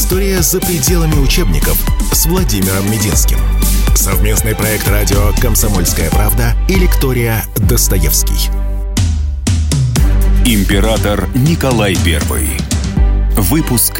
История за пределами учебников с Владимиром Мединским. Совместный проект радио «Комсомольская правда» и лектория «Достоевский». Император Николай I. Выпуск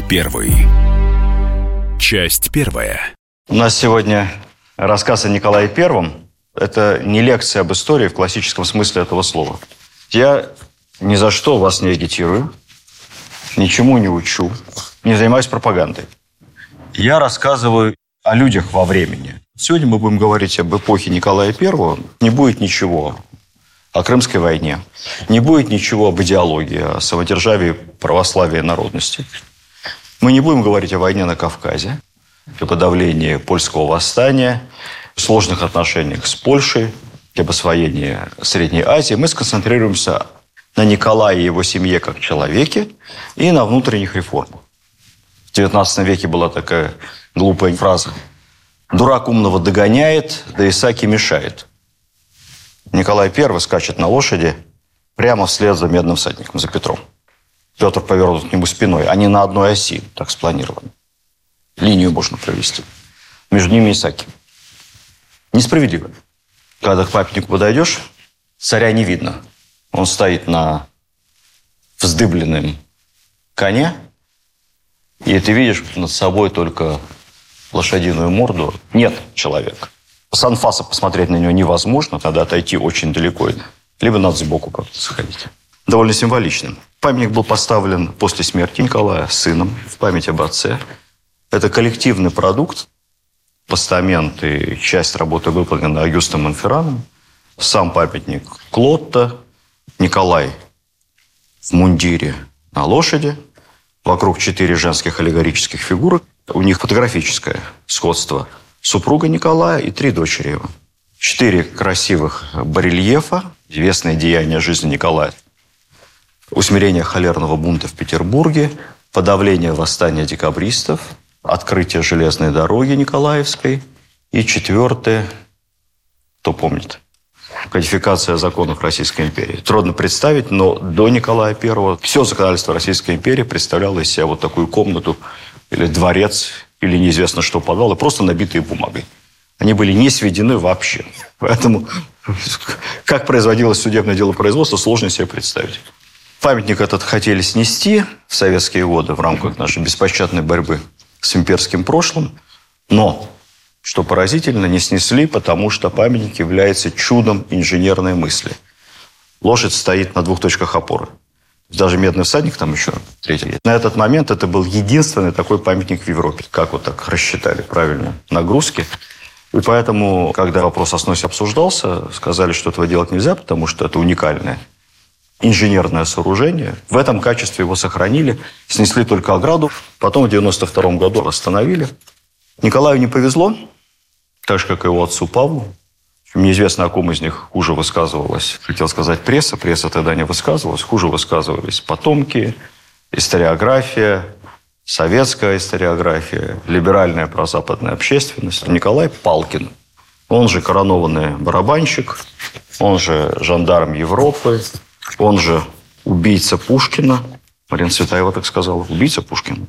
1. Часть 1. У нас сегодня рассказ о Николае I. Это не лекция об истории в классическом смысле этого слова. Я ни за что вас не агитирую, ничему не учу, не занимаюсь пропагандой. Я рассказываю о людях во времени. Сегодня мы будем говорить об эпохе Николая I. Не будет ничего о Крымской войне, не будет ничего об идеологии, о самодержавии, православии и народности. Мы не будем говорить о войне на Кавказе, о подавлении польского восстания, сложных отношениях с Польшей, об освоении Средней Азии. Мы сконцентрируемся на Николае и его семье как человеке и на внутренних реформах. В XIX веке была такая глупая фраза: «Дурак умного догоняет, да Исаки мешает». Николай I скачет на лошади прямо вслед за Медным всадником, за Петром. Петр повернут к нему спиной. Они на одной оси, так спланировано. Линию можно провести. Между ними Исаки. Несправедливо. Когда к памятнику подойдешь, царя не видно. Он стоит на вздыбленном коне, и ты видишь над собой только лошадиную морду. Нет человека. С анфаса посмотреть на него невозможно, надо отойти очень далеко. Либо надо сбоку как-то сходить. Довольно символичным. Памятник был поставлен после смерти Николая сыном в память об отце. Это коллективный продукт. Постамент и часть работы выполнена Агюстом Монферраном. Сам памятник Клотто. Николай в мундире на лошади. Вокруг 4 женских аллегорических фигурок. У них фотографическое сходство. Супруга Николая и 3 дочери его. 4 красивых барельефа. Известное деяние жизни Николая. Усмирение холерного бунта в Петербурге. Подавление восстания декабристов. Открытие железной дороги Николаевской. И 4, кто помнит, кодификация законов Российской империи. Трудно представить, но до Николая I все законодательство Российской империи представляло из себя вот такую комнату или дворец, или неизвестно что подвалы, просто набитые бумагой. Они были не сведены вообще. Поэтому как производилось судебное дело производства, сложно себе представить. Памятник этот хотели снести в советские годы в рамках нашей беспощадной борьбы с имперским прошлым, но, что поразительно, не снесли, потому что памятник является чудом инженерной мысли. Лошадь стоит на 2 точках опоры. Даже Медный всадник там еще 3. На этот момент это был единственный такой памятник в Европе. Как вот так рассчитали правильно нагрузки. И поэтому, когда вопрос о сносе обсуждался, сказали, что этого делать нельзя, потому что это уникальное инженерное сооружение. В этом качестве его сохранили, снесли только ограду. Потом в 1992 году восстановили. Николаю не повезло, так же, как и его отцу Павлу. Неизвестно, о ком из них хуже высказывалась, хотел сказать, пресса. Пресса тогда не высказывалась. Хуже высказывались потомки, историография, советская историография, либеральная прозападная общественность. Николай Палкин, он же коронованный барабанщик, он же жандарм Европы, он же убийца Пушкина. Марина Цветаева так сказала, убийца Пушкина.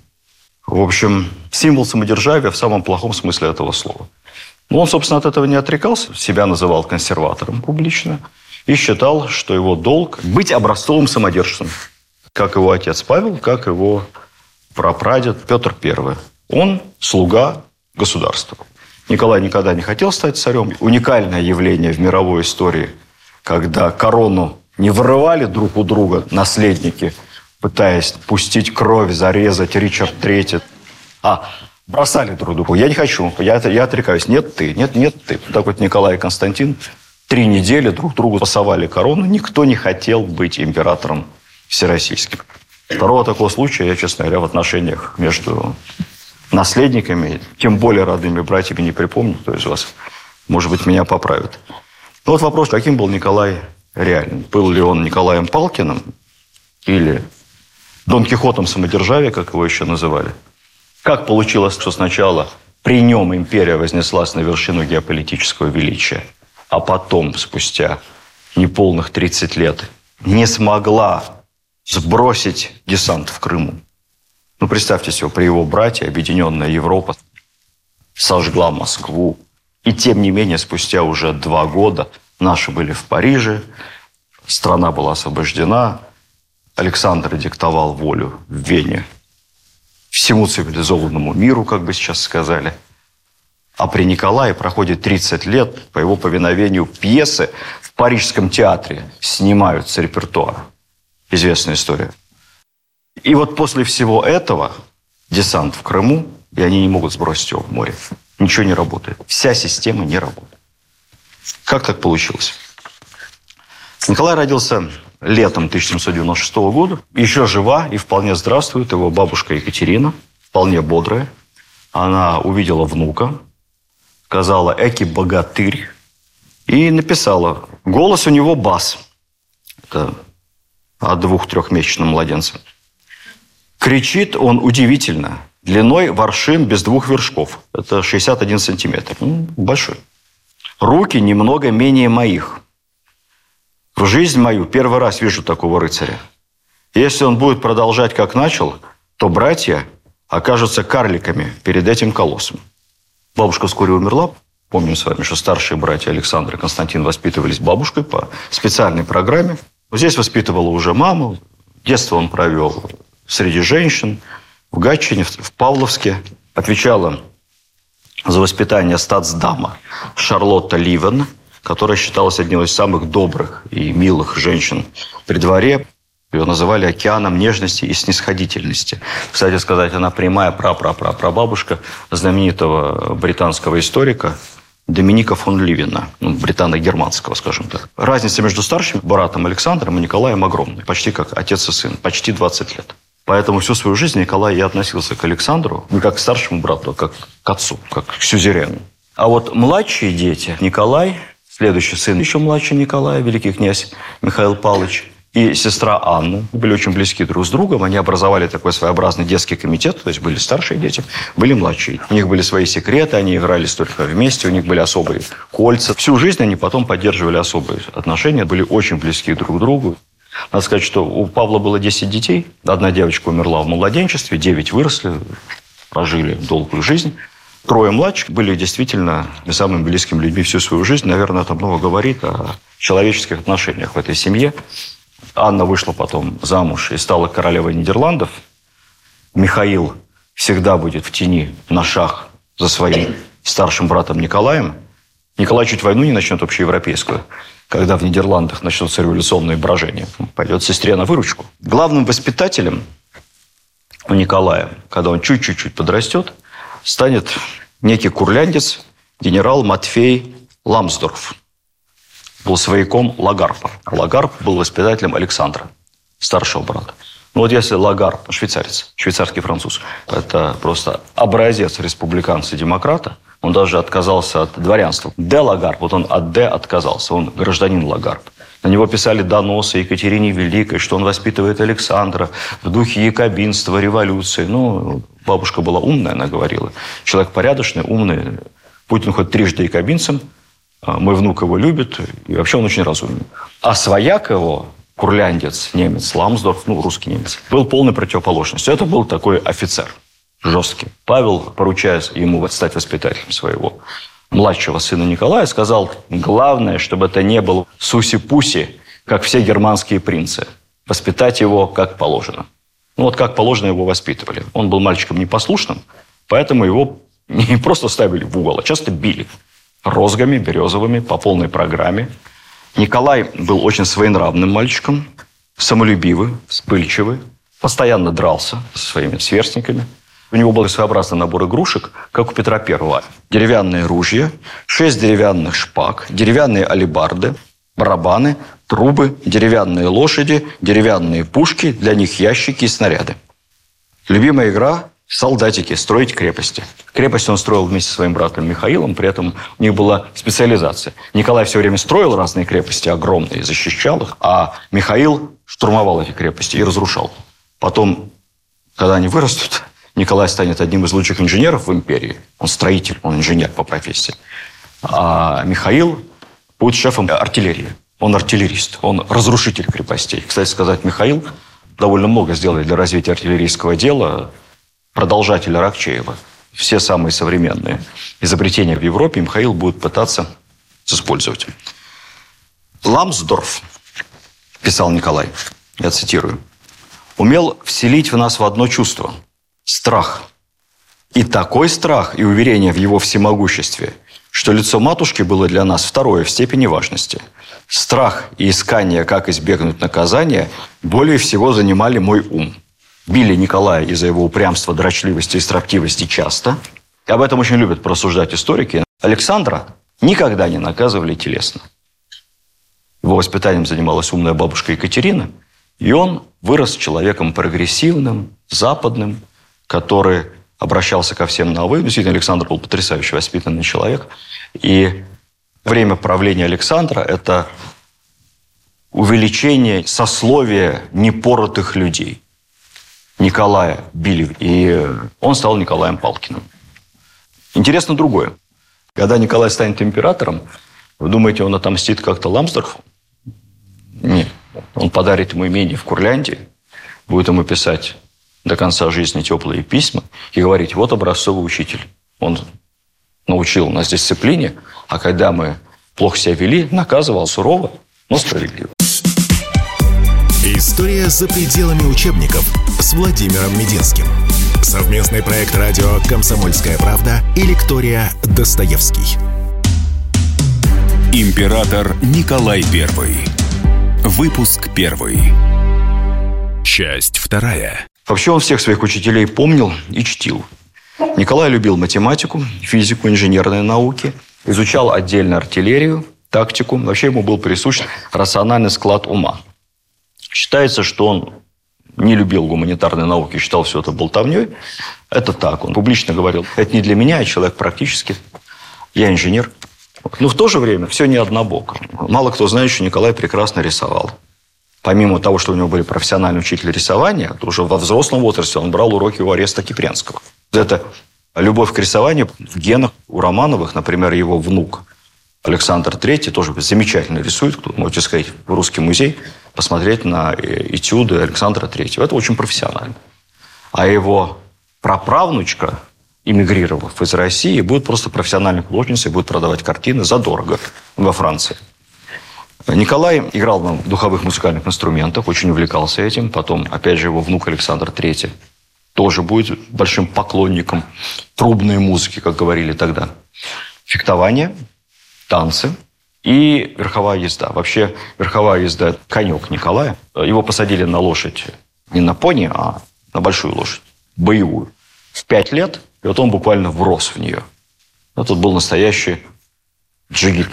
В общем, символ самодержавия в самом плохом смысле этого слова. Но он, собственно, от этого не отрекался. Себя называл консерватором публично. И считал, что его долг – быть образцовым самодержцем. Как его отец Павел, как его прапрадед Петр I. Он слуга государства. Николай никогда не хотел стать царем. Уникальное явление в мировой истории, когда корону не вырывали друг у друга наследники, пытаясь пустить кровь, зарезать Ричард III, а бросали друг другу. Я не хочу, я отрекаюсь. Нет, ты, нет, ты. Так вот Николай и Константин 3 недели друг другу пасовали корону. Никто не хотел быть императором всероссийским. Второго такого случая я, честно говоря, в отношениях между наследниками, тем более родными братьями, не припомню. Кто из вас, может быть, меня поправит. Но вот вопрос, каким был Николай реально? Был ли он Николаем Палкиным или Дон Кихотом самодержавия, как его еще называли? Как получилось, что сначала при нем империя вознеслась на вершину геополитического величия, а потом, спустя неполных 30 лет, не смогла сбросить десант в Крыму? Ну, представьте себе, при его брате объединенная Европа сожгла Москву. И тем не менее, спустя уже 2 года наши были в Париже, страна была освобождена, Александр диктовал волю в Вене всему цивилизованному миру, как бы сейчас сказали. А при Николае проходит 30 лет, по его повиновению пьесы в Парижском театре снимаются с репертуара. Известная история. И вот после всего этого десант в Крыму, и они не могут сбросить его в море. Ничего не работает. Вся система не работает. Как так получилось? Николай родился летом 1796 года. Еще жива и вполне здравствует его бабушка Екатерина, вполне бодрая. Она увидела внука, сказала «эки богатырь» и написала «голос у него бас». Это о 2-3-месячном младенце. Кричит он удивительно. Длиной в аршин без 2 вершков. Это 61 сантиметр. Большой. Руки немного менее моих. В жизнь мою первый раз вижу такого рыцаря. Если он будет продолжать, как начал, то братья окажутся карликами перед этим колоссом. Бабушка вскоре умерла. Помним с вами, что старшие братья Александр и Константин воспитывались бабушкой по специальной программе. Здесь воспитывала уже маму. Детство он провел среди женщин. В Гатчине, в Павловске. Отвечала за воспитание статсдама Шарлотта Ливен, которая считалась одной из самых добрых и милых женщин при дворе. Ее называли океаном нежности и снисходительности. Кстати сказать, она прямая прабабушка знаменитого британского историка Доминика фон Ливена, британо-германского, скажем так. Разница между старшим братом Александром и Николаем огромная. Почти как отец и сын. Почти 20 лет. Поэтому всю свою жизнь Николай и относился к Александру не как к старшему брату, а как к отцу, как к сюзерену. А вот младшие дети, Николай, следующий сын еще младше Николая, великий князь Михаил Павлович, и сестра Анна, были очень близки друг с другом. Они образовали такой своеобразный детский комитет, то есть были старшие дети, были младшие. У них были свои секреты, они играли столько вместе, у них были особые кольца. Всю жизнь они потом поддерживали особые отношения, были очень близки друг к другу. Надо сказать, что у Павла было 10 детей. 1 девочка умерла в младенчестве, 9 выросли, прожили долгую жизнь. 3 младших были действительно самыми близкими людьми всю свою жизнь. Наверное, это много говорит о человеческих отношениях в этой семье. Анна вышла потом замуж и стала королевой Нидерландов. Михаил всегда будет в тени, на шаг за своим старшим братом Николаем. Николай чуть войну не начнет общеевропейскую. Когда в Нидерландах начнутся революционные брожения, пойдет сестре на выручку. Главным воспитателем у Николая, когда он чуть-чуть подрастет, станет некий курляндец, генерал Матфей Ламсдорф. Был свояком Лагарпа. Лагарп был воспитателем Александра, старшего брата. Ну вот если Лагарп, швейцарец, швейцарский француз, это просто образец республиканца-демократа, он даже отказался от дворянства. Де Лагарп, вот он от Де отказался, он гражданин Лагарп. На него писали доносы Екатерине Великой, что он воспитывает Александра в духе якобинства, революции. Ну, бабушка была умная, она говорила. Человек порядочный, умный. Путин хоть трижды якобинцем, мой внук его любит, и вообще он очень разумный. А свояк его, курляндец, немец, Ламсдорф, русский немец, был полной противоположностью. Это был такой офицер, жесткий. Павел, поручая ему стать воспитателем своего младшего сына Николая, сказал, главное, чтобы это не был суси-пуси, как все германские принцы. Воспитать его как положено. Ну вот как положено его воспитывали. Он был мальчиком непослушным, поэтому его не просто ставили в угол, а часто били. Розгами, березовыми, по полной программе. Николай был очень своенравным мальчиком, самолюбивый, вспыльчивый, постоянно дрался со своими сверстниками. У него был своеобразный набор игрушек, как у Петра I. Деревянные ружья, 6 деревянных шпаг, деревянные алебарды, барабаны, трубы, деревянные лошади, деревянные пушки, для них ящики и снаряды. Любимая игра – солдатики, строить крепости. Крепость он строил вместе со своим братом Михаилом, при этом у них была специализация. Николай все время строил разные крепости огромные, защищал их, а Михаил штурмовал эти крепости и разрушал. Потом, когда они вырастут, Николай станет одним из лучших инженеров в империи. Он строитель, он инженер по профессии. А Михаил будет шефом артиллерии. Он артиллерист, он разрушитель крепостей. Кстати сказать, Михаил довольно много сделал для развития артиллерийского дела. продолжатель Аракчеева. Все самые современные изобретения в Европе Михаил будет пытаться использовать. «Ламсдорф», писал Николай, я цитирую, «умел вселить в нас в одно чувство – страх. И такой страх и уверение в его всемогуществе, что лицо матушки было для нас второе в степени важности. Страх и искание, как избегнуть наказания, более всего занимали мой ум. Били Николая из-за его упрямства, дрочливости и строптивости часто. И об этом очень любят порассуждать историки. Александра никогда не наказывали телесно. Его воспитанием занималась умная бабушка Екатерина. И он вырос человеком прогрессивным, западным, который обращался ко всем на «вы». Действительно, Александр был потрясающе воспитанный человек. И время правления Александра – это увеличение сословия непоротых людей. Николая били, и он стал Николаем Палкиным. Интересно другое. Когда Николай станет императором, вы думаете, он отомстит как-то Ламсдорфу? Нет. Он подарит ему имение в Курляндии, будет ему писать до конца жизни теплые письма и говорить: вот образцовый учитель. Он научил нас дисциплине, а когда мы плохо себя вели, наказывал сурово, но справедливо. История за пределами учебников с Владимиром Мединским. Совместный проект радио «Комсомольская правда» и лектория «Достоевский». Император Николай I. Выпуск 1. Часть 2. Вообще он всех своих учителей помнил и чтил. Николай любил математику, физику, инженерные науки, изучал отдельно артиллерию, тактику. Вообще ему был присущ рациональный склад ума. Считается, что он не любил гуманитарные науки, считал все это болтовней. Это так. Он публично говорил: это не для меня, я человек практически. Я инженер. Но в то же время все не однобоко. Мало кто знает, что Николай прекрасно рисовал. Помимо того, что у него были профессиональные учителя рисования, то уже во взрослом возрасте он брал уроки у Ареста Кипренского. Это любовь к рисованию в генах у Романовых. Например, его внук Александр III тоже замечательно рисует. Тут можете сходить в Русский музей, посмотреть на этюды Александра III. Это очень профессионально. А его праправнучка, эмигрировав из России, будет просто профессиональной художницей, будет продавать картины задорого во Франции. Николай играл на духовых музыкальных инструментах, очень увлекался этим. Потом, опять же, его внук Александр III тоже будет большим поклонником трубной музыки, как говорили тогда. Фехтование, танцы и верховая езда. Вообще, верховая езда – это конек Николая. Его посадили на лошадь не на пони, а на большую лошадь, боевую. В 5 лет, и вот он буквально врос в нее. Этот был настоящий джигит.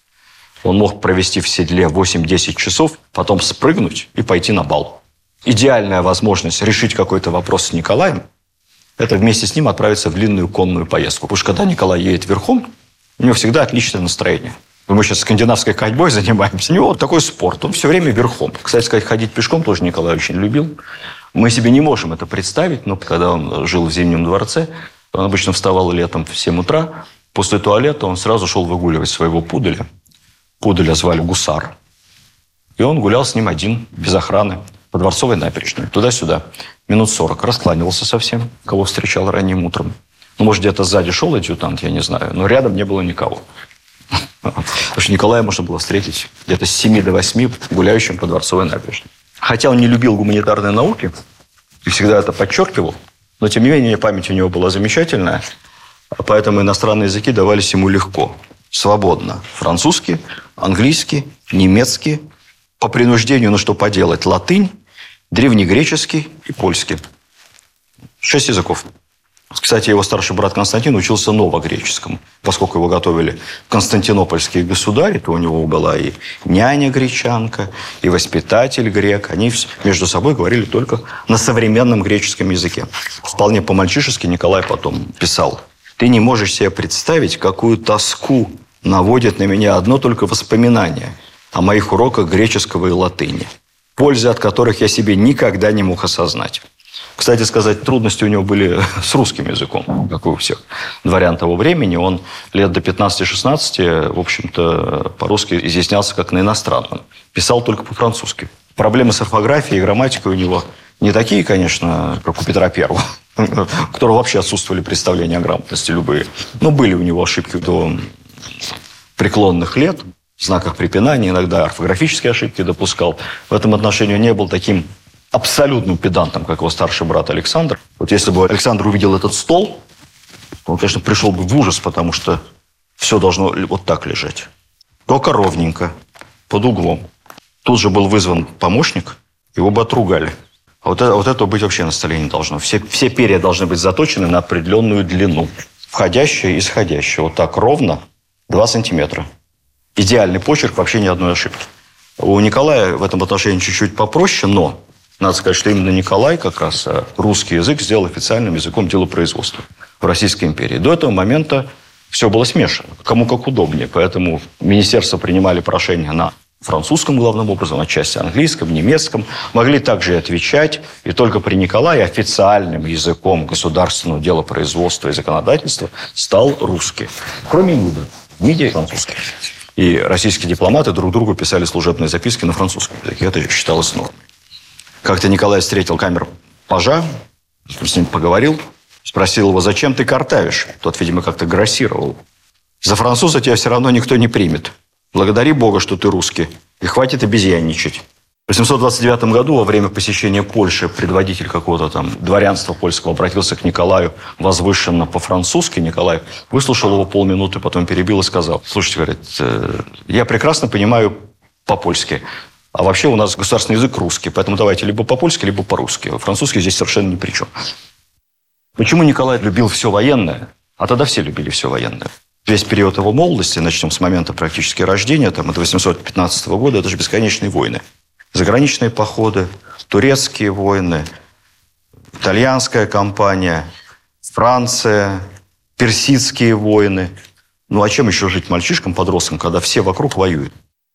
Он мог провести в седле 8-10 часов, потом спрыгнуть и пойти на бал. Идеальная возможность решить какой-то вопрос с Николаем – это вместе с ним отправиться в длинную конную поездку. Потому что когда Николай едет верхом, у него всегда отличное настроение. Мы сейчас скандинавской ходьбой занимаемся. У него вот такой спорт. Он все время верхом. Кстати сказать, ходить пешком тоже Николай очень любил. Мы себе не можем это представить, но когда он жил в Зимнем дворце, он обычно вставал летом в 7 утра. После туалета он сразу шел выгуливать своего пуделя. Пуделя звали Гусар. И он гулял с ним один, без охраны, по Дворцовой набережной. Туда-сюда. Минут 40. Раскланивался со всем, кого встречал ранним утром. Ну, может, где-то сзади шел адъютант, я не знаю. Но рядом не было никого. Потому что Николая можно было встретить где-то с 7 до 8 гуляющим по Дворцовой набережной. Хотя он не любил гуманитарные науки и всегда это подчеркивал, но, тем не менее, память у него была замечательная, поэтому иностранные языки давались ему легко, свободно. Французский, английский, немецкий, по принуждению, ну что поделать, латынь, древнегреческий и польский. 6 языков. Кстати, его старший брат Константин учился новогреческому. Поскольку его готовили константинопольские государи, то у него была и няня гречанка, и воспитатель грек. Они между собой говорили только на современном греческом языке. Вполне по-мальчишески Николай потом писал: «Ты не можешь себе представить, какую тоску наводит на меня одно только воспоминание о моих уроках греческого и латыни, пользы от которых я себе никогда не мог осознать». Кстати сказать, трудности у него были с русским языком, как и у всех дворян того времени. Он лет до 15-16, в общем-то, по-русски изъяснялся как на иностранном. Писал только по-французски. Проблемы с орфографией и грамматикой у него не такие, конечно, как у Петра Первого. у которого вообще отсутствовали представления о грамотности любые. Но были у него ошибки до преклонных лет, в знаках препинания, иногда орфографические ошибки допускал. В этом отношении он не был таким абсолютным педантом, как его старший брат Александр. Вот если бы Александр увидел этот стол, он, конечно, пришел бы в ужас, потому что все должно вот так лежать. Только ровненько, под углом. Тут же был вызван помощник, его бы отругали. А вот этого быть вообще на столе не должно. Все перья должны быть заточены на определенную длину. Входящее и исходящее. Вот так ровно 2 сантиметра. Идеальный почерк, вообще ни одной ошибки. У Николая в этом отношении чуть-чуть попроще, но надо сказать, что именно Николай как раз русский язык сделал официальным языком делопроизводства в Российской империи. До этого момента все было смешано, кому как удобнее. Поэтому министерства принимали прошения на французском главным образом, отчасти английском, немецком. Могли также и отвечать. И только при Николае официальным языком государственного делопроизводства и законодательства стал русский. Кроме МИДа. В МИДе французский. И российские дипломаты друг другу писали служебные записки на французском языке. Это считалось нормой. Как-то Николай встретил камер-пажа, с ним поговорил, спросил его, зачем ты картавишь? Тот, видимо, как-то грассировал. За француза тебя все равно никто не примет. Благодари Бога, что ты русский, и хватит обезьянничать. В 829 году, во время посещения Польши, предводитель какого-то там дворянства польского обратился к Николаю возвышенно по-французски. Николай выслушал его полминуты, потом перебил и сказал, слушайте, говорит, я прекрасно понимаю по-польски, а вообще у нас государственный язык русский, поэтому давайте либо по-польски, либо по-русски. Французский здесь совершенно ни при чем. Почему Николай любил все военное? А тогда все любили все военное. Весь период его молодости, начнем с момента практически рождения, там, от 815 года, это же бесконечные войны. Заграничные походы, турецкие войны, итальянская кампания, Франция, персидские войны. Ну, а чем еще жить мальчишкам, подросткам, когда все вокруг воюют?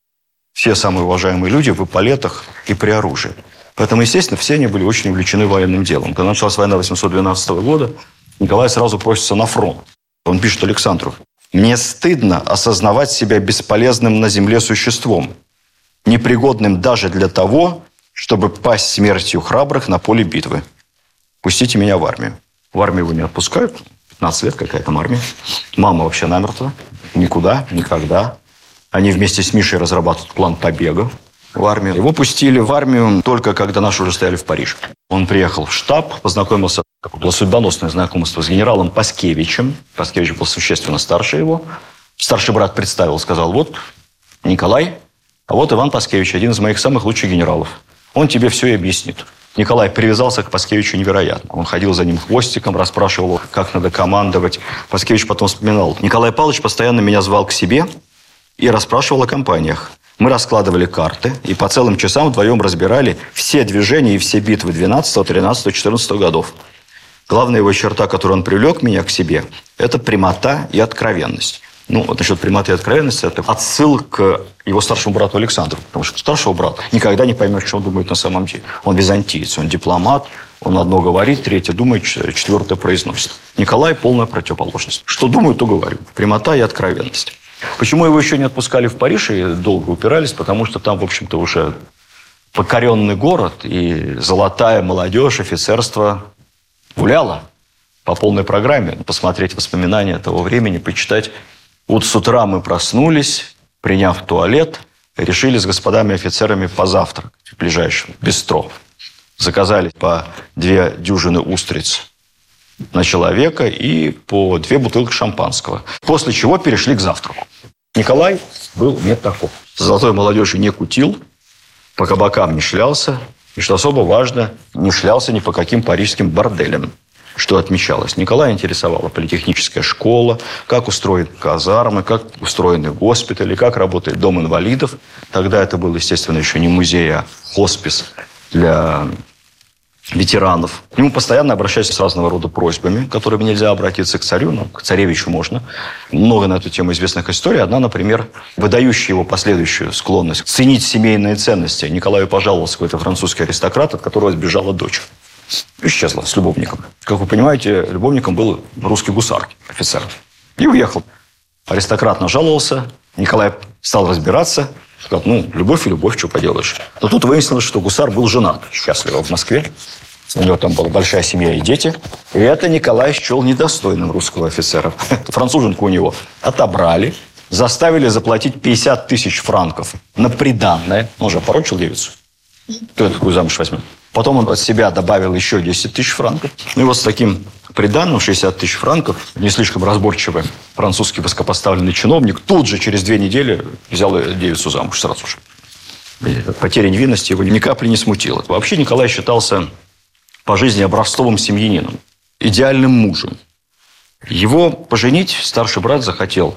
Все самые уважаемые люди в эполетах и при оружии. Поэтому, естественно, все они были очень увлечены военным делом. Когда началась война 812 года, Николай сразу просится на фронт. Он пишет Александру: «Мне стыдно осознавать себя бесполезным на земле существом, непригодным даже для того, чтобы пасть смертью храбрых на поле битвы. Пустите меня в армию». В армию его не отпускают. 15 лет, какая там армия. Мама вообще намертво. Никуда, никогда. Они вместе с Мишей разрабатывают план побега в армию. Его пустили в армию только когда наши уже стояли в Париже. Он приехал в штаб, познакомился, было судьбоносное знакомство с генералом Паскевичем. Паскевич был существенно старше его. Старший брат представил, сказал: вот Николай, а вот Иван Паскевич, один из моих самых лучших генералов. Он тебе все и объяснит. Николай привязался к Паскевичу невероятно. Он ходил за ним хвостиком, расспрашивал его, как надо командовать. Паскевич потом вспоминал: Николай Павлович постоянно меня звал к себе и расспрашивал о компаниях. Мы раскладывали карты и по целым часам вдвоем разбирали все движения и все битвы 12, 13, 14 годов. Главная его черта, которой он привлек меня к себе, это прямота и откровенность. Ну, вот насчет прямоты и откровенности, это отсыл к его старшему брату Александру. Потому что старшего брата никогда не поймешь, что он думает на самом деле. Он византиец, он дипломат, он одно говорит, третье думает, четвертое произносит. Николай – полная противоположность. Что думаю, то говорю. Прямота и откровенность. Почему его еще не отпускали в Париж и долго упирались? Потому что там, в общем-то, уже покоренный город, и золотая молодежь, офицерство гуляло по полной программе. Посмотреть воспоминания того времени, почитать. Вот с утра мы проснулись, приняв туалет, решили с господами офицерами позавтракать в ближайшем бистро. Заказали по 2 дюжины устриц на человека и по 2 бутылки шампанского. После чего перешли к завтраку. Николай был не таков. С золотой молодежью не кутил, по кабакам не шлялся. И, что особо важно, не шлялся ни по каким парижским борделям. Что отмечалось? Николая интересовала политехническая школа, как устроены казармы, как устроены госпитали, как работает дом инвалидов. Тогда это был, естественно, еще не музей, а хоспис для ветеранов. К нему постоянно обращаются с разного рода просьбами, которыми нельзя обратиться к царю, но к царевичу можно. Много на эту тему известных историй. Одна, например, выдающая его последующую склонность ценить семейные ценности. Николаю пожаловался какой-то французский аристократ, от которого сбежала дочь. Исчезла с любовником. Как вы понимаете, любовником был русский гусар, офицер. И уехал. Аристократ нажаловался. Николай стал разбираться. Сказал: ну, любовь и любовь, что поделаешь. Но тут выяснилось, что гусар был женат счастливо в Москве. У него там была большая семья и дети. И это Николай счел недостойным русского офицера. Француженку у него отобрали, заставили заплатить 50 тысяч франков на приданное. Он же порочил девицу. Кто такую замуж возьмет? Потом он от себя добавил еще 10 тысяч франков. Ну и вот с таким приданным 60 тысяч франков не слишком разборчивый французский высокопоставленный чиновник тут же через 2 недели взял девицу замуж сразу же. И потеря невинности его ни капли не смутила. Вообще Николай считался по жизни образцовым семьянином, идеальным мужем. Его поженить старший брат захотел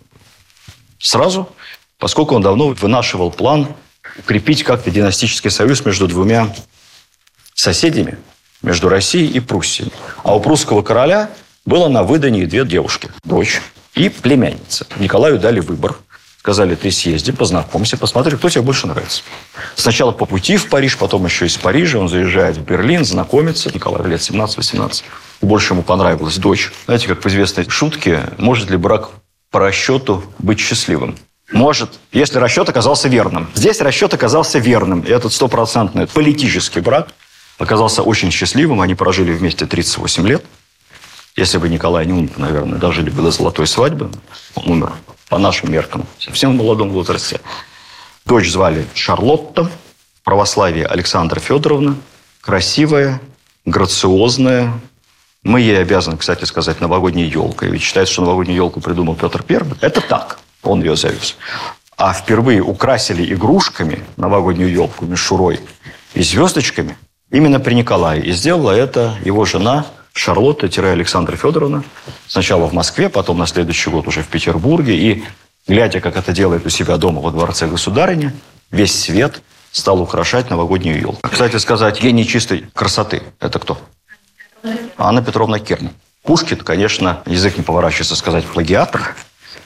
сразу, поскольку он давно вынашивал план укрепить как-то династический союз между двумя соседями, между Россией и Пруссией. А у прусского короля было на выдании 2 девушки, дочь и племянница. Николаю дали выбор. Сказали, ты съезди, познакомься, посмотри, кто тебе больше нравится. Сначала по пути в Париж, потом еще из Парижа. Он заезжает в Берлин, знакомится. Николаю лет 17-18. Больше ему понравилась дочь. Знаете, как в известной шутке, может ли брак по расчету быть счастливым? Может, если расчет оказался верным. Здесь расчет оказался верным. И этот стопроцентный политический брак оказался очень счастливым. Они прожили вместе 38 лет. Если бы Николай не умер, наверное, дожили бы до золотой свадьбы. Он умер по нашим меркам, совсем в молодом возрасте. Дочь звали Шарлотта, в православии Александра Федоровна. Красивая, грациозная. Мы ей обязаны, кстати сказать, новогодней елкой. Ведь считается, что новогоднюю елку придумал Петр I. Это так, он ее завез. А впервые украсили игрушками новогоднюю елку мишурой и звездочками именно при Николае. И сделала это его жена Шарлотта-Александра Федоровна. Сначала в Москве, потом на следующий год уже в Петербурге. И, глядя, как это делает у себя дома во дворце государыня, весь свет стал украшать новогоднюю елку. Кстати сказать, гений чистой красоты – это кто? Анна Петровна Керн. Пушкин, конечно, язык не поворачивается сказать плагиатор,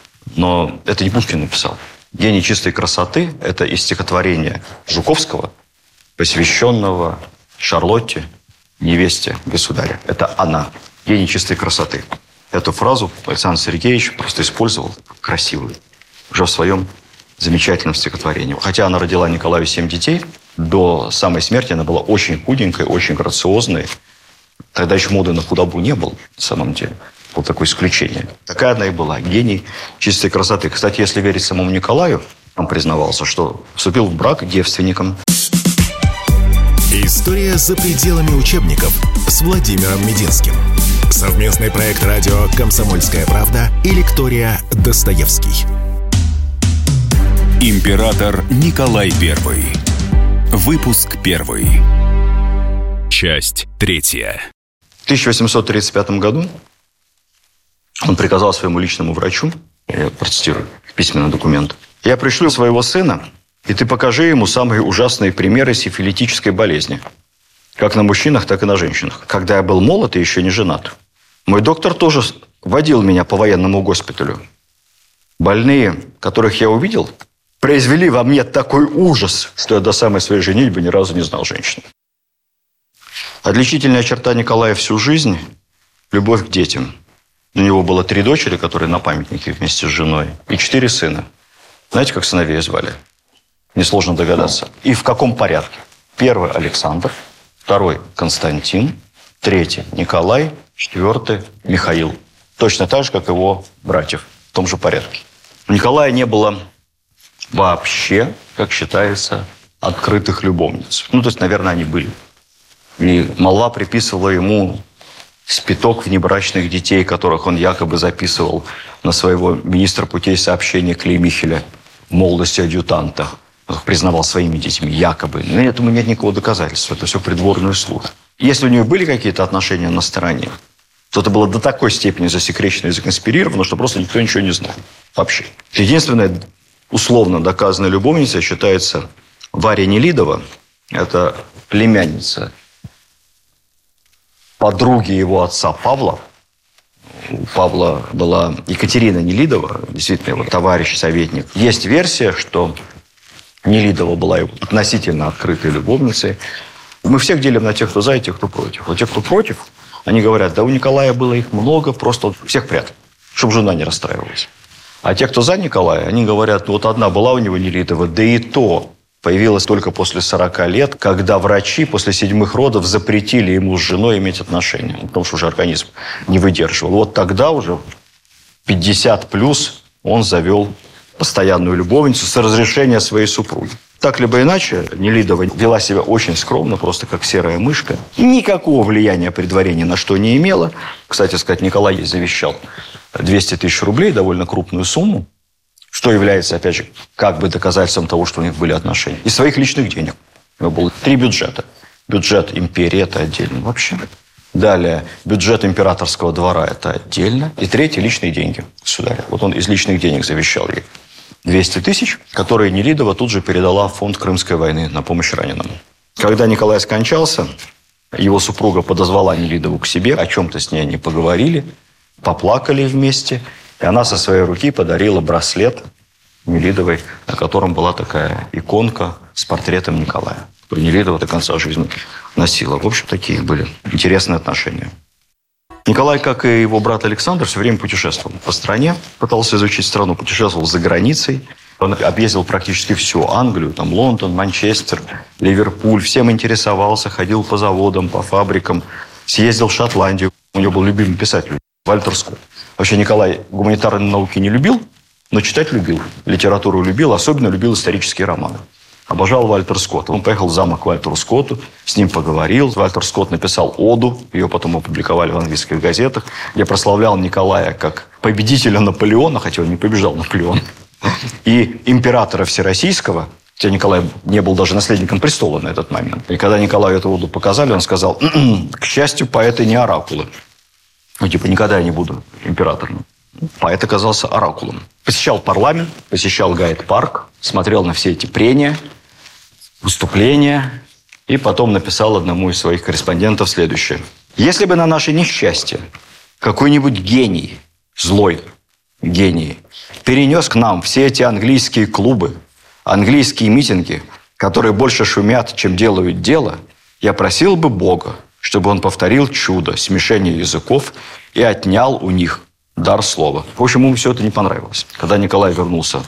но это не Пушкин написал. Гений чистой красоты – это из стихотворения Жуковского, посвященного Шарлотте, невесте государя. Это она, гений чистой красоты. Эту фразу Александр Сергеевич просто использовал красивую уже в своем замечательном стихотворении. Хотя она родила Николаю 7 детей, до самой смерти она была очень худенькой, очень грациозной. Тогда еще моды на худобу не было, на самом деле. Вот такое исключение. Такая она и была, гений чистой красоты. Кстати, если верить самому Николаю, он признавался, что вступил в брак девственником. История за пределами учебников с Владимиром Мединским. Совместный проект радио «Комсомольская правда» и лектория «Достоевский». Император Николай I. Выпуск 1. Часть 3. В 1835 году он приказал своему личному врачу, я процитирую письменный документ, «Я пришлю своего сына, и ты покажи ему самые ужасные примеры сифилитической болезни. Как на мужчинах, так и на женщинах. Когда я был молод и еще не женат, мой доктор тоже водил меня по военному госпиталю. Больные, которых я увидел, произвели во мне такой ужас, что я до самой своей женитьбы ни разу не знал женщин». Отличительная черта Николая всю жизнь – любовь к детям. У него было 3 дочери, которые на памятнике вместе с женой, и 4 сына. Знаете, как сыновей звали? Несложно догадаться. И в каком порядке? 1 – Александр, 2 – Константин, 3 – Николай, 4 – Михаил. Точно так же, как его братьев, в том же порядке. У Николая не было вообще, как считается, открытых любовниц. Ну, то есть, наверное, они были. И молва приписывала ему спиток внебрачных детей, которых он якобы записывал на своего министра путей сообщения Клеймихеля в молодости адъютанта. Он признавал своими детьми, якобы. Но этому нет никакого доказательства. Это все придворный слух. Если у него были какие-то отношения на стороне, то это было до такой степени засекречено и законспирировано, что просто никто ничего не знал. Вообще. Единственная условно доказанная любовница считается Варя Нелидова. Это племянница подруги его отца Павла. У Павла была Екатерина Нелидова, действительно его товарищ, советник. Есть версия, что Нелидова была его относительно открытой любовницей. Мы всех делим на тех, кто за, и тех, кто против. Вот тех, кто против, они говорят, да у Николая было их много, просто он всех прятал, чтобы жена не расстраивалась. А те, кто за Николая, они говорят, вот одна была у него Нелидова, да и то появилась только после 40 лет, когда врачи после 7-х родов запретили ему с женой иметь отношения, потому что уже организм не выдерживал. Вот тогда уже 50+, он завел постоянную любовницу с разрешения своей супруги. Так либо иначе, Нелидова вела себя очень скромно, просто как серая мышка. Никакого влияния при дворе ни на что не имела. Кстати сказать, Николай ей завещал 200 тысяч рублей, довольно крупную сумму, что является, опять же, как бы доказательством того, что у них были отношения. Из своих личных денег. У него было 3 бюджета. Бюджет империи – это отдельно вообще. Далее, бюджет императорского двора – это отдельно. И 3 – личные деньги государя. Вот он из личных денег завещал ей 200 тысяч, которые Нелидова тут же передала в фонд Крымской войны на помощь раненым. Когда Николай скончался, его супруга подозвала Нелидову к себе, о чем-то с ней они поговорили, поплакали вместе, и она со своей руки подарила браслет Нелидовой, на котором была такая иконка с портретом Николая, которую Нелидова до конца жизни носила. В общем, такие были интересные отношения. Николай, как и его брат Александр, все время путешествовал по стране, пытался изучить страну, путешествовал за границей. Он объездил практически всю Англию, там Лондон, Манчестер, Ливерпуль. Всем интересовался, ходил по заводам, по фабрикам, съездил в Шотландию. У него был любимый писатель Вальтер Скотт. Вообще Николай гуманитарные науки не любил, но читать любил, литературу любил, особенно любил исторические романы. Обожал Вальтер Скотта. Он поехал в замок к Вальтеру Скотту, с ним поговорил. Вальтер Скотт написал оду, ее потом опубликовали в английских газетах, где прославлял Николая как победителя Наполеона, хотя он не побеждал Наполеона, и императора Всероссийского, хотя Николай не был даже наследником престола на этот момент. И когда Николаю эту оду показали, он сказал: к счастью, поэты не оракулы. Ну, типа, никогда я не буду императором. Поэт оказался оракулом. Посещал парламент, посещал Гайд-парк, смотрел на все эти прения, выступления, и потом написал одному из своих корреспондентов следующее. Если бы на наше несчастье какой-нибудь гений, злой гений, перенес к нам все эти английские клубы, английские митинги, которые больше шумят, чем делают дело, я просил бы Бога, чтобы он повторил чудо смешения языков и отнял у них дар слова. В общем, ему все это не понравилось. Когда Николай вернулся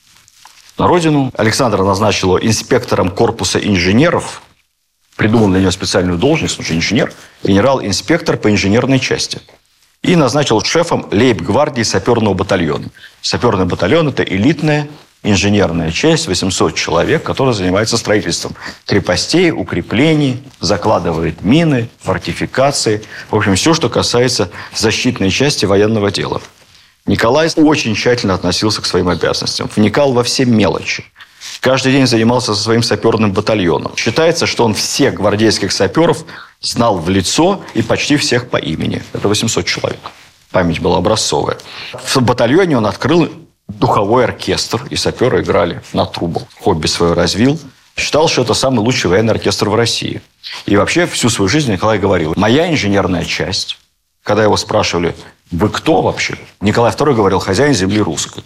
на родину, Александр назначил его инспектором корпуса инженеров, придумал для него специальную должность, он же инженер, генерал-инспектор по инженерной части. И назначил шефом лейб-гвардии саперного батальона. Саперный батальон – это элитная инженерная часть, 800 человек, которая занимается строительством крепостей, укреплений, закладывает мины, фортификации. В общем, все, что касается защитной части военного дела. Николай очень тщательно относился к своим обязанностям, вникал во все мелочи. Каждый день занимался со своим саперным батальоном. Считается, что он всех гвардейских саперов знал в лицо и почти всех по имени. Это 800 человек. Память была образцовая. В батальоне он открыл духовой оркестр, и саперы играли на трубах. Хобби свое развил. Считал, что это самый лучший военный оркестр в России. И вообще всю свою жизнь Николай говорил: моя инженерная часть. Когда его спрашивали: вы кто вообще? Николай II говорил: хозяин земли русской.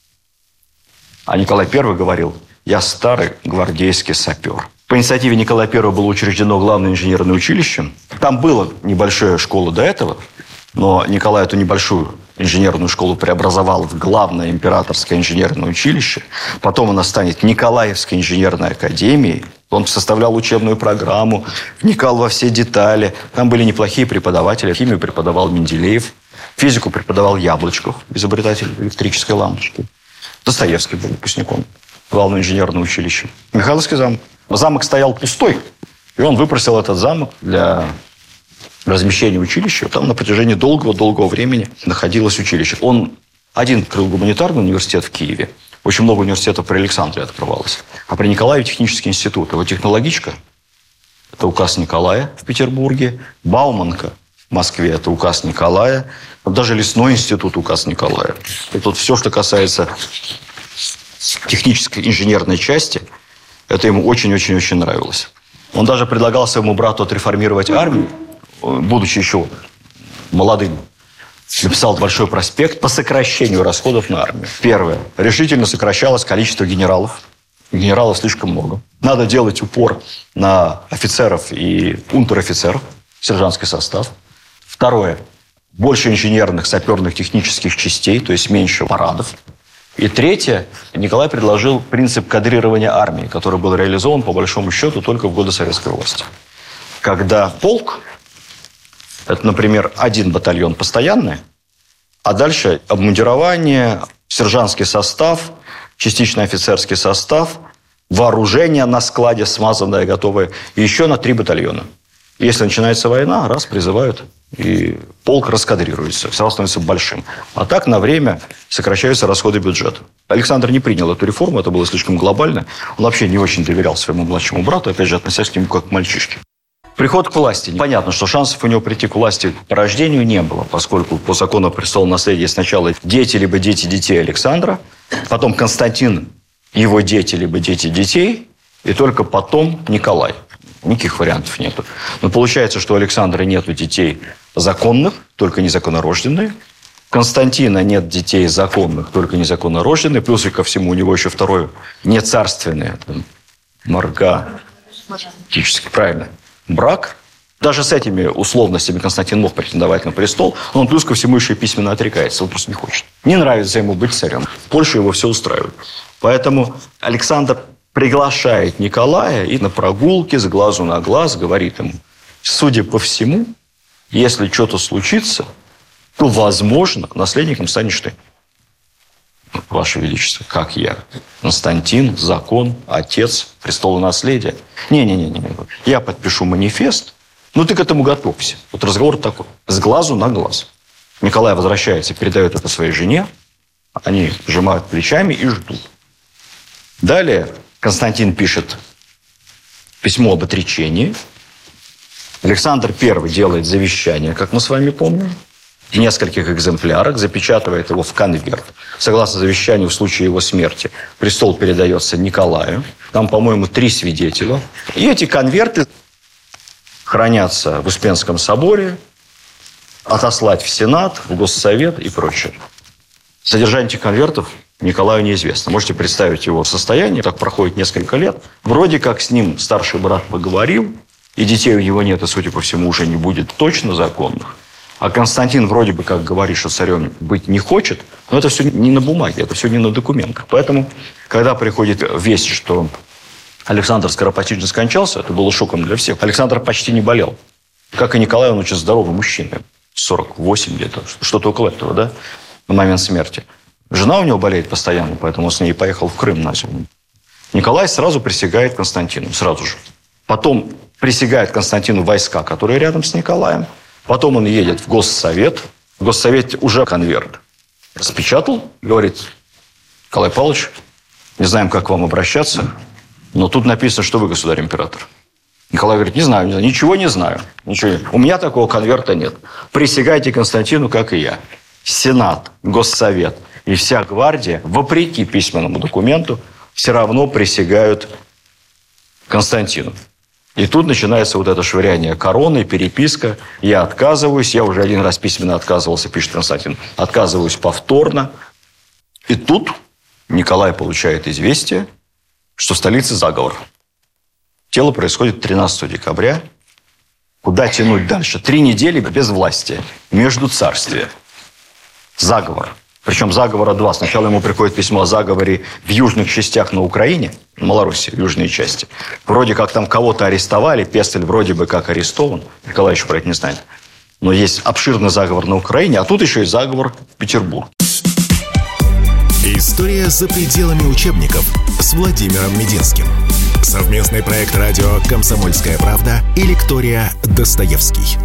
А Николай I говорил: я старый гвардейский сапер. По инициативе Николая I было учреждено главное инженерное училище. Там была небольшая школа до этого, но Николай эту небольшую инженерную школу преобразовал в главное императорское инженерное училище. Потом она станет Николаевской инженерной академией. Он составлял учебную программу, вникал во все детали. Там были неплохие преподаватели. Химию преподавал Менделеев. Физику преподавал Яблочков, изобретатель электрической лампочки. Достоевский был выпускником главного инженерного училища. Михайловский замок. Замок стоял пустой, и он выпросил этот замок для размещения училища. Там на протяжении долгого времени находилось училище. Он один открыл гуманитарный университет в Киеве. Очень много университетов при Александре открывалось. А при Николаеве технический институт. Его технологичка – это указ Николая в Петербурге. Бауманка в Москве – это указ Николая. Даже лесной институт – указ Николая. И тут все, что касается технической инженерной части, это ему очень-очень-очень нравилось. Он даже предлагал своему брату отреформировать армию, будучи еще молодым. Написал большой проспект по сокращению расходов на армию. Первое. Решительно сокращалось количество генералов. Генералов слишком много. Надо делать упор на офицеров и унтер-офицеров, сержантский состав. Второе. Больше инженерных, саперных, технических частей, то есть меньше парадов. И третье, Николай предложил принцип кадрирования армии, который был реализован, по большому счету, только в годы советской власти. Когда полк, это, например, один батальон постоянный, а дальше обмундирование, сержантский состав, частично офицерский состав, вооружение на складе смазанное, готовое, и еще на 3 батальона. Если начинается война, раз призывают, и полк раскадрируется, все становится большим. А так на время сокращаются расходы бюджета. Александр не принял эту реформу, это было слишком глобально. Он вообще не очень доверял своему младшему брату, опять же, относясь к нему как к мальчишке. Приход к власти. Понятно, что шансов у него прийти к власти по рождению не было, поскольку по закону престола наследия сначала дети, либо дети детей Александра, потом Константин, его дети, либо дети детей, и только потом Николай. Никаких вариантов нету. Но получается, что у Александра нету детей законных, только незаконнорожденные. Константина нет детей законных, только незаконнорожденные. Плюс и ко всему у него еще второе нецарственное. Маргатически, правильно. Брак. Даже с этими условностями Константин мог претендовать на престол. Но он плюс ко всему еще и письменно отрекается. Он просто не хочет. Не нравится ему быть царем. В Польше его все устраивает. Поэтому Александр приглашает Николая и на прогулке с глазу на глаз говорит ему: судя по всему, если что-то случится, то, возможно, наследником станешь ты. Ваше Величество, как я? Константин, закон, отец, престолонаследие. Не-не-не. Я подпишу манифест, ну ты к этому готовься. Вот разговор такой, с глазу на глаз. Николай возвращается, передает это своей жене. Они сжимают плечами и ждут. Далее Константин пишет письмо об отречении. Александр I делает завещание, как мы с вами помним, в нескольких экземплярах, запечатывает его в конверт. Согласно завещанию, в случае его смерти престол передается Николаю. Там, по-моему, 3 свидетеля. И эти конверты хранятся в Успенском соборе, отослать в Сенат, в Госсовет и прочее. Содержание этих конвертов Николаю неизвестно. Можете представить его состояние. Так проходит несколько лет. Вроде как с ним старший брат поговорил, и детей у него нет, и, судя по всему, уже не будет точно законных. А Константин вроде бы как говорит, что царем быть не хочет, но это все не на бумаге, это все не на документах. Поэтому, когда приходит весть, что Александр скоропостижно скончался, это было шоком для всех. Александр почти не болел. Как и Николай, он очень здоровый мужчина. 48 где-то, что-то около этого, да, на момент смерти. Жена у него болеет постоянно, поэтому он с ней поехал в Крым на зиму. Николай сразу присягает Константину, сразу же. Потом присягает Константину войска, которые рядом с Николаем. Потом он едет в Госсовет. В Госсовете уже конверт распечатал. Говорит: Николай Павлович, не знаем, как к вам обращаться, но тут написано, что вы государь-император. Николай говорит: не знаю, ничего не знаю. Ничего. У меня такого конверта нет. Присягайте Константину, как и я. Сенат, Госсовет и вся гвардия, вопреки письменному документу, все равно присягают Константину. И тут начинается вот это швыряние короны, переписка. Я отказываюсь, я уже 1 раз письменно отказывался, пишет Константин. Отказываюсь повторно. И тут Николай получает известие, что в столице заговор. Дело происходит 13 декабря. Куда тянуть дальше? 3 недели без власти. Между царствия. Заговор. Причем заговора 2. Сначала ему приходит письмо о заговоре в южных частях на Украине, в Малороссии, южные части. Вроде как там кого-то арестовали, Пестель вроде бы как арестован. Николай еще про это не знает. Но есть обширный заговор на Украине, а тут еще и заговор в Петербурге. История за пределами учебников с Владимиром Мединским. Совместный проект радио «Комсомольская правда» и лектория «Достоевский».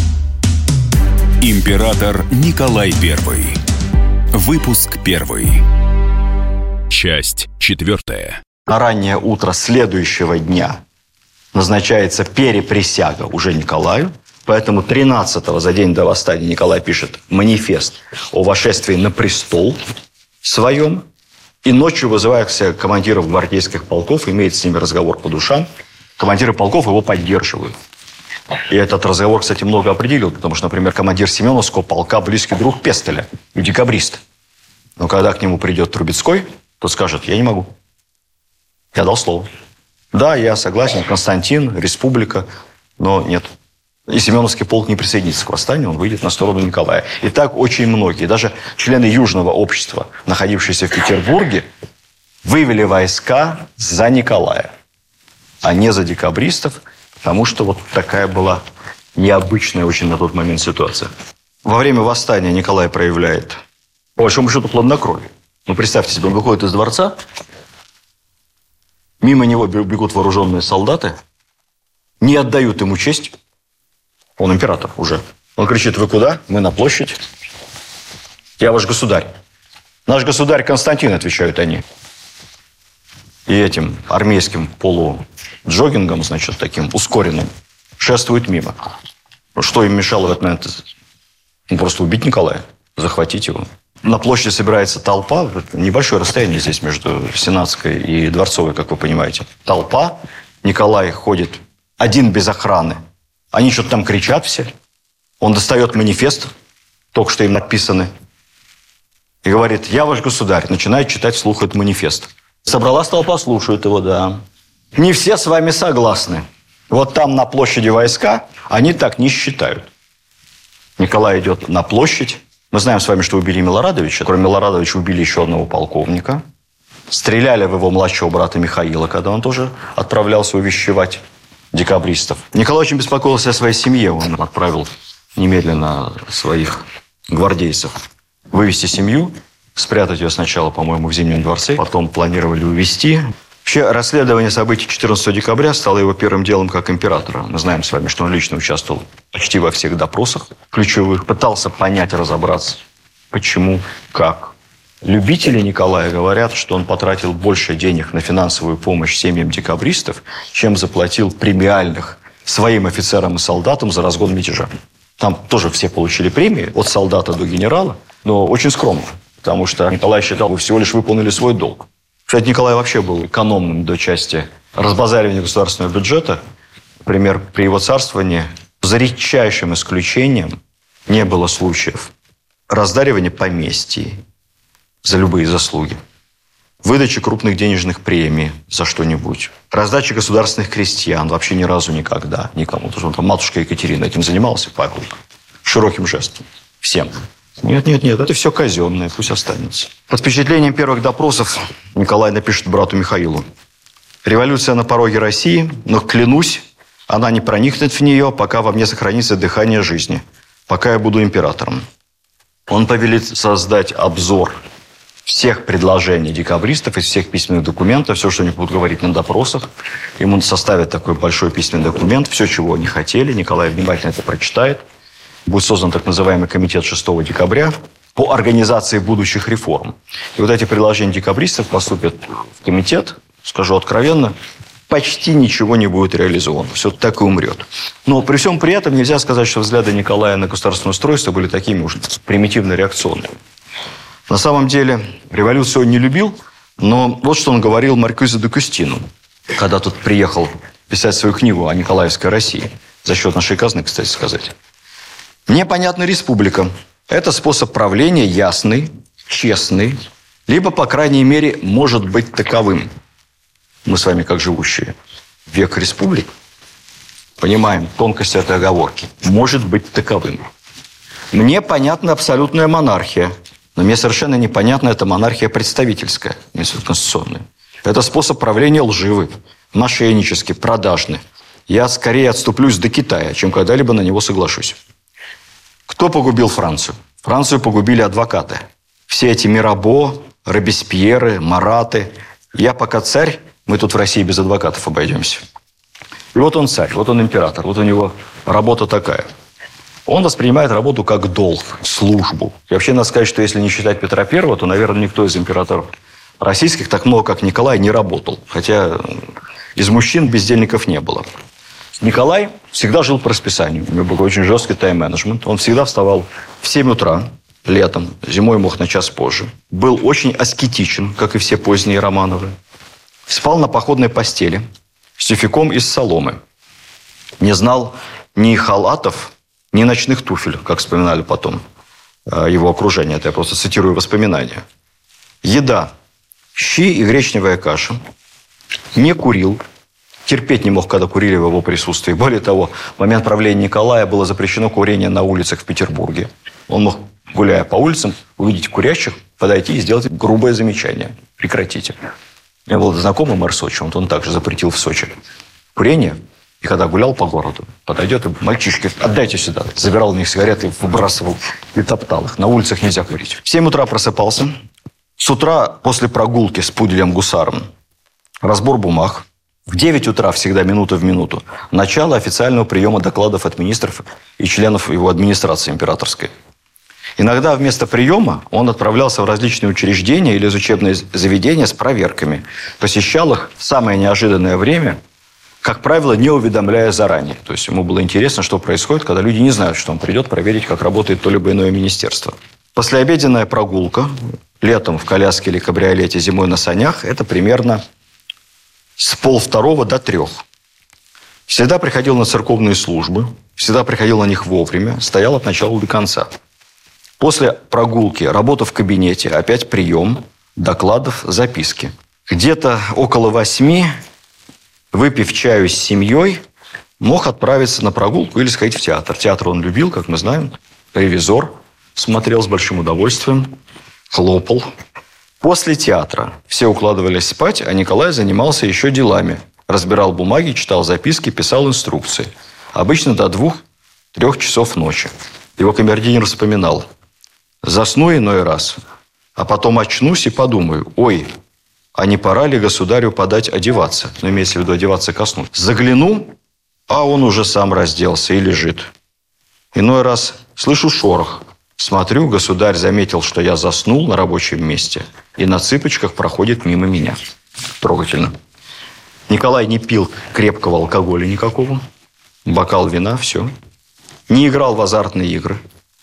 Император Николай I. Выпуск 1. Часть 4. На раннее утро следующего дня назначается переприсяга уже Николаю. Поэтому 13-го, за день до восстания, Николай пишет манифест о вошествии на престол своем. И ночью вызывает всех командиров гвардейских полков, имеет с ними разговор по душам. Командиры полков его поддерживают. И этот разговор, кстати, много определил, потому что, например, командир Семеновского полка близкий друг Пестеля, декабрист. Но когда к нему придет Трубецкой, то скажет: я не могу. Я дал слово. Да, я согласен, Константин, республика, но нет. и Семеновский полк не присоединится к восстанию, он выйдет на сторону Николая. И так очень многие, даже члены Южного общества, находившиеся в Петербурге, вывели войска за Николая, а не за декабристов, потому что вот такая была необычная очень на тот момент ситуация. Во время восстания Николай проявляет, по большому счету, хладнокровие. Ну, представьте себе, он выходит из дворца, мимо него бегут вооруженные солдаты, не отдают ему честь. Он император уже. Он кричит: вы куда? Мы на площадь. Я ваш государь. Наш государь Константин, отвечают они. И этим армейским полуджогингом, значит, таким ускоренным, шествует мимо. Что им мешало в этот момент? Ну, просто убить Николая, захватить его. На площади собирается толпа. Небольшое расстояние здесь между Сенатской и Дворцовой, как вы понимаете. Толпа. Николай ходит один без охраны. Они что-то там кричат все. Он достает манифест, только что им написанный, и говорит: я ваш государь. Начинает читать вслух этот манифест. Собралась толпа, слушают его, да. Не все с вами согласны. Вот там на площади войска, они так не считают. Николай идет на площадь. Мы знаем с вами, что убили Милорадовича. Кроме Милорадовича убили еще одного полковника. Стреляли в его младшего брата Михаила, когда он тоже отправлялся увещевать декабристов. Николай очень беспокоился о своей семье. Он отправил немедленно своих гвардейцев вывести семью, спрятать ее сначала, по-моему, в Зимнем дворце, потом планировали увезти. Вообще, расследование событий 14 декабря стало его первым делом как императора. Мы знаем с вами, что он лично участвовал почти во всех допросах ключевых, пытался понять, разобраться, почему, как. Любители Николая говорят, что он потратил больше денег на финансовую помощь семьям декабристов, чем заплатил премиальных своим офицерам и солдатам за разгон мятежа. Там тоже все получили премии, от солдата до генерала, но очень скромно, потому что Николай считал, вы всего лишь выполнили свой долг. Кстати, Николай вообще был экономным до части разбазаривания государственного бюджета. Например, при его царствовании, за редчайшим исключением, не было случаев раздаривания поместий за любые заслуги, выдачи крупных денежных премий за что-нибудь, раздачи государственных крестьян вообще ни разу никогда никому. Потому что матушка Екатерина этим занималась, Павел, широким жестом. Всем. Нет, это все казенное, пусть останется. Под впечатлением первых допросов Николай напишет брату Михаилу: революция на пороге России, но, клянусь, она не проникнет в нее, пока во мне сохранится дыхание жизни, пока я буду императором. Он повелит создать обзор всех предложений декабристов из всех письменных документов, все, что они будут говорить на допросах. Ему составят такой большой письменный документ, все, чего они хотели. Николай внимательно это прочитает. Будет создан так называемый комитет 6 декабря по организации будущих реформ. И вот эти предложения декабристов поступят в комитет, скажу откровенно, почти ничего не будет реализовано. Все так и умрет. Но при всем при этом нельзя сказать, что взгляды Николая на государственное устройство были такими уж примитивно-реакционными. На самом деле революцию он не любил, но вот что он говорил Маркизу де Кюстину, когда тот приехал писать свою книгу о Николаевской России. За счет нашей казны, кстати сказать. Мне понятна республика. Это способ правления ясный, честный, либо, по крайней мере, может быть таковым. Мы с вами, как живущие в век республик, понимаем тонкость этой оговорки. Может быть таковым. Мне понятна абсолютная монархия, но мне совершенно непонятна эта монархия представительская, конституционная. Это способ правления лживый, мошеннический, продажный. Я скорее отступлюсь до Китая, чем когда-либо на него соглашусь. Кто погубил Францию? Францию погубили адвокаты. Все эти Мирабо, Робеспьеры, Мараты. Я пока царь, мы тут в России без адвокатов обойдемся. И вот он царь, вот он император, вот у него работа такая. Он воспринимает работу как долг, службу. И вообще надо сказать, что если не считать Петра Первого, то, наверное, никто из императоров российских так много, как Николай, не работал. Хотя из мужчин бездельников не было. Николай всегда жил по расписанию. У него был очень жесткий тайм-менеджмент. Он всегда вставал в 7 утра летом, зимой мог на час позже. Был очень аскетичен, как и все поздние Романовы. Спал на походной постели с тюфяком из соломы. Не знал ни халатов, ни ночных туфель, как вспоминали потом его окружение. Это я просто цитирую воспоминания. Еда. Щи и гречневая каша. Не курил. терпеть не мог, когда курили в его присутствии. Более того, в момент правления Николая было запрещено курение на улицах в Петербурге. Он мог, гуляя по улицам, увидеть курящих, подойти и сделать грубое замечание. Прекратите. У меня был знакомый мэр Сочи, он также запретил в Сочи курение. И когда гулял по городу, подойдет и мальчишки, отдайте сюда. Забирал у них сигареты, выбрасывал и топтал их. На улицах нельзя курить. В 7 утра просыпался. С утра после прогулки с пуделем-гусаром разбор бумаг. В 9 утра всегда минута в минуту. Начало официального приема докладов от министров и членов его администрации императорской. Иногда вместо приема он отправлялся в различные учреждения или учебные заведения с проверками. Посещал их в самое неожиданное время, как правило, не уведомляя заранее. То есть ему было интересно, что происходит, когда люди не знают, что он придет проверить, как работает то либо иное министерство. Послеобеденная прогулка, летом в коляске или кабриолете, зимой на санях, это примерно с 1:30 до 3. Всегда приходил на церковные службы, всегда приходил на них вовремя, стоял от начала до конца. После прогулки работа в кабинете, опять прием, докладов, записки. Где-то около 8, выпив чаю с семьей, мог отправиться на прогулку или сходить в театр. Театр он любил, как мы знаем. «Ревизор» смотрел с большим удовольствием, хлопал. После театра все укладывались спать, а Николай занимался еще делами. Разбирал бумаги, читал записки, писал инструкции. Обычно до 2-3 часов ночи. Его камердинер вспоминал: «Засну иной раз, а потом очнусь и подумаю: ой, а не пора ли государю подать одеваться?» Ну, имеется в виду одеваться ко сну. Загляну, а он уже сам разделся и лежит. Иной раз слышу шорох. Смотрю, государь заметил, что я заснул на рабочем месте и на цыпочках проходит мимо меня. Трогательно. Николай не пил крепкого алкоголя никакого. Бокал вина, все. Не играл в азартные игры.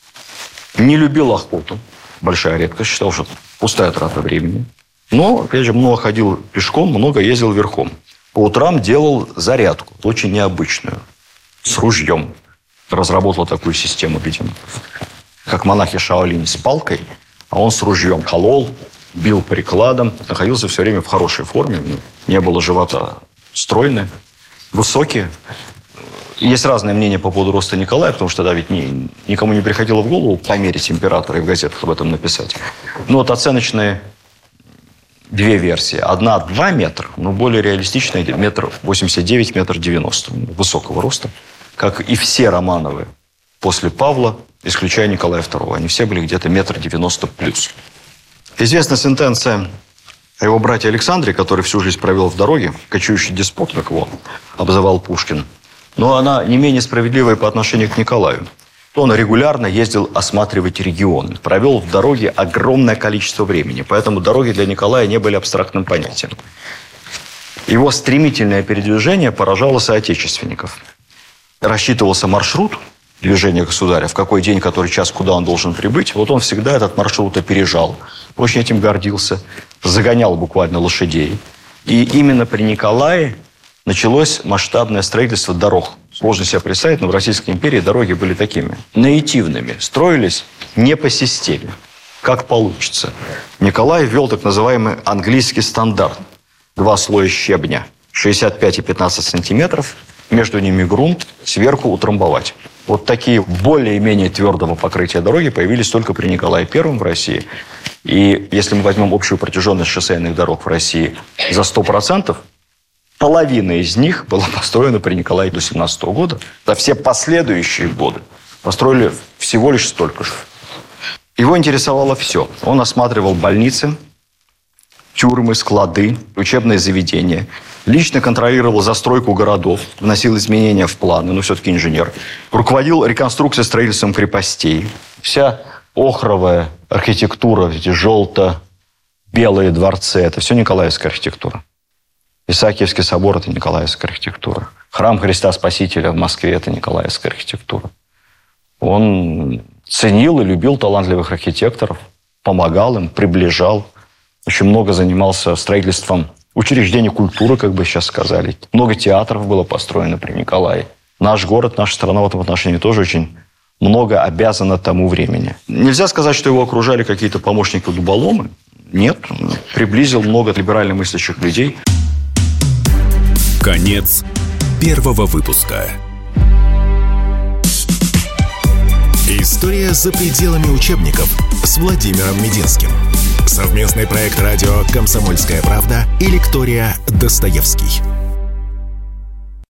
Не любил охоту. Большая редкость. Считал, что пустая трата времени. Но, опять же, много ходил пешком, много ездил верхом. По утрам делал зарядку, очень необычную, с ружьем. Разработал такую систему, видимо. Как монахи Шаолинь с палкой, а он с ружьем колол, бил прикладом. Находился все время в хорошей форме. Не было живота, стройный, высокий. Есть разное мнение по поводу роста Николая, потому что тогда ведь никому не приходило в голову померить императора и в газетах об этом написать. Но вот оценочные две версии. Одна 2 метра, но более реалистичная 1,89 м, 1,90 м. Высокого роста. Как и все Романовы после Павла, исключая Николая II. Они все были где-то 1,90 м плюс. Известна сентенция о его брате Александре, который всю жизнь провел в дороге, кочующий деспот, как его обзывал Пушкин. Но она не менее справедливая по отношению к Николаю. Он регулярно ездил осматривать регион. Провел в дороге огромное количество времени. Поэтому дороги для Николая не были абстрактным понятием. Его стремительное передвижение поражало соотечественников. Рассчитывался маршрут движения государя, в какой день, который час, куда он должен прибыть. Вот он всегда этот маршрут опережал. Очень этим гордился. Загонял буквально лошадей. И именно при Николае началось масштабное строительство дорог. Сложно себе представить, но в Российской империи дороги были такими наитивными. Строились не по системе, как получится. Николай ввел так называемый английский стандарт. 2 слоя щебня, 65 и 15 сантиметров. Между ними грунт, сверху утрамбовать. Вот такие более-менее твердого покрытия дороги появились только при Николае I в России. И если мы возьмем общую протяженность шоссейных дорог в России за 100%, половина из них была построена при Николае до 17 года. За все последующие годы построили всего лишь столько же. Его интересовало все. Он осматривал больницы, тюрьмы, склады, учебные заведения. Лично контролировал застройку городов, вносил изменения в планы, но все-таки инженер. Руководил реконструкцией, строительством крепостей. Вся охровая архитектура, эти желто-белые дворцы, это все николаевская архитектура. Исаакиевский собор – это николаевская архитектура. Храм Христа Спасителя в Москве – это николаевская архитектура. Он ценил и любил талантливых архитекторов, помогал им, приближал. Очень много занимался строительством учреждений культуры, как бы сейчас сказали. Много театров было построено при Николае. Наш город, наша страна в этом отношении тоже очень много обязана тому времени. Нельзя сказать, что его окружали какие-то помощники-дуболомы. Нет, приблизил много либерально мыслящих людей. Конец первого выпуска. История за пределами учебников с Владимиром Мединским. Совместный проект радио «Комсомольская правда» и лектория «Достоевский».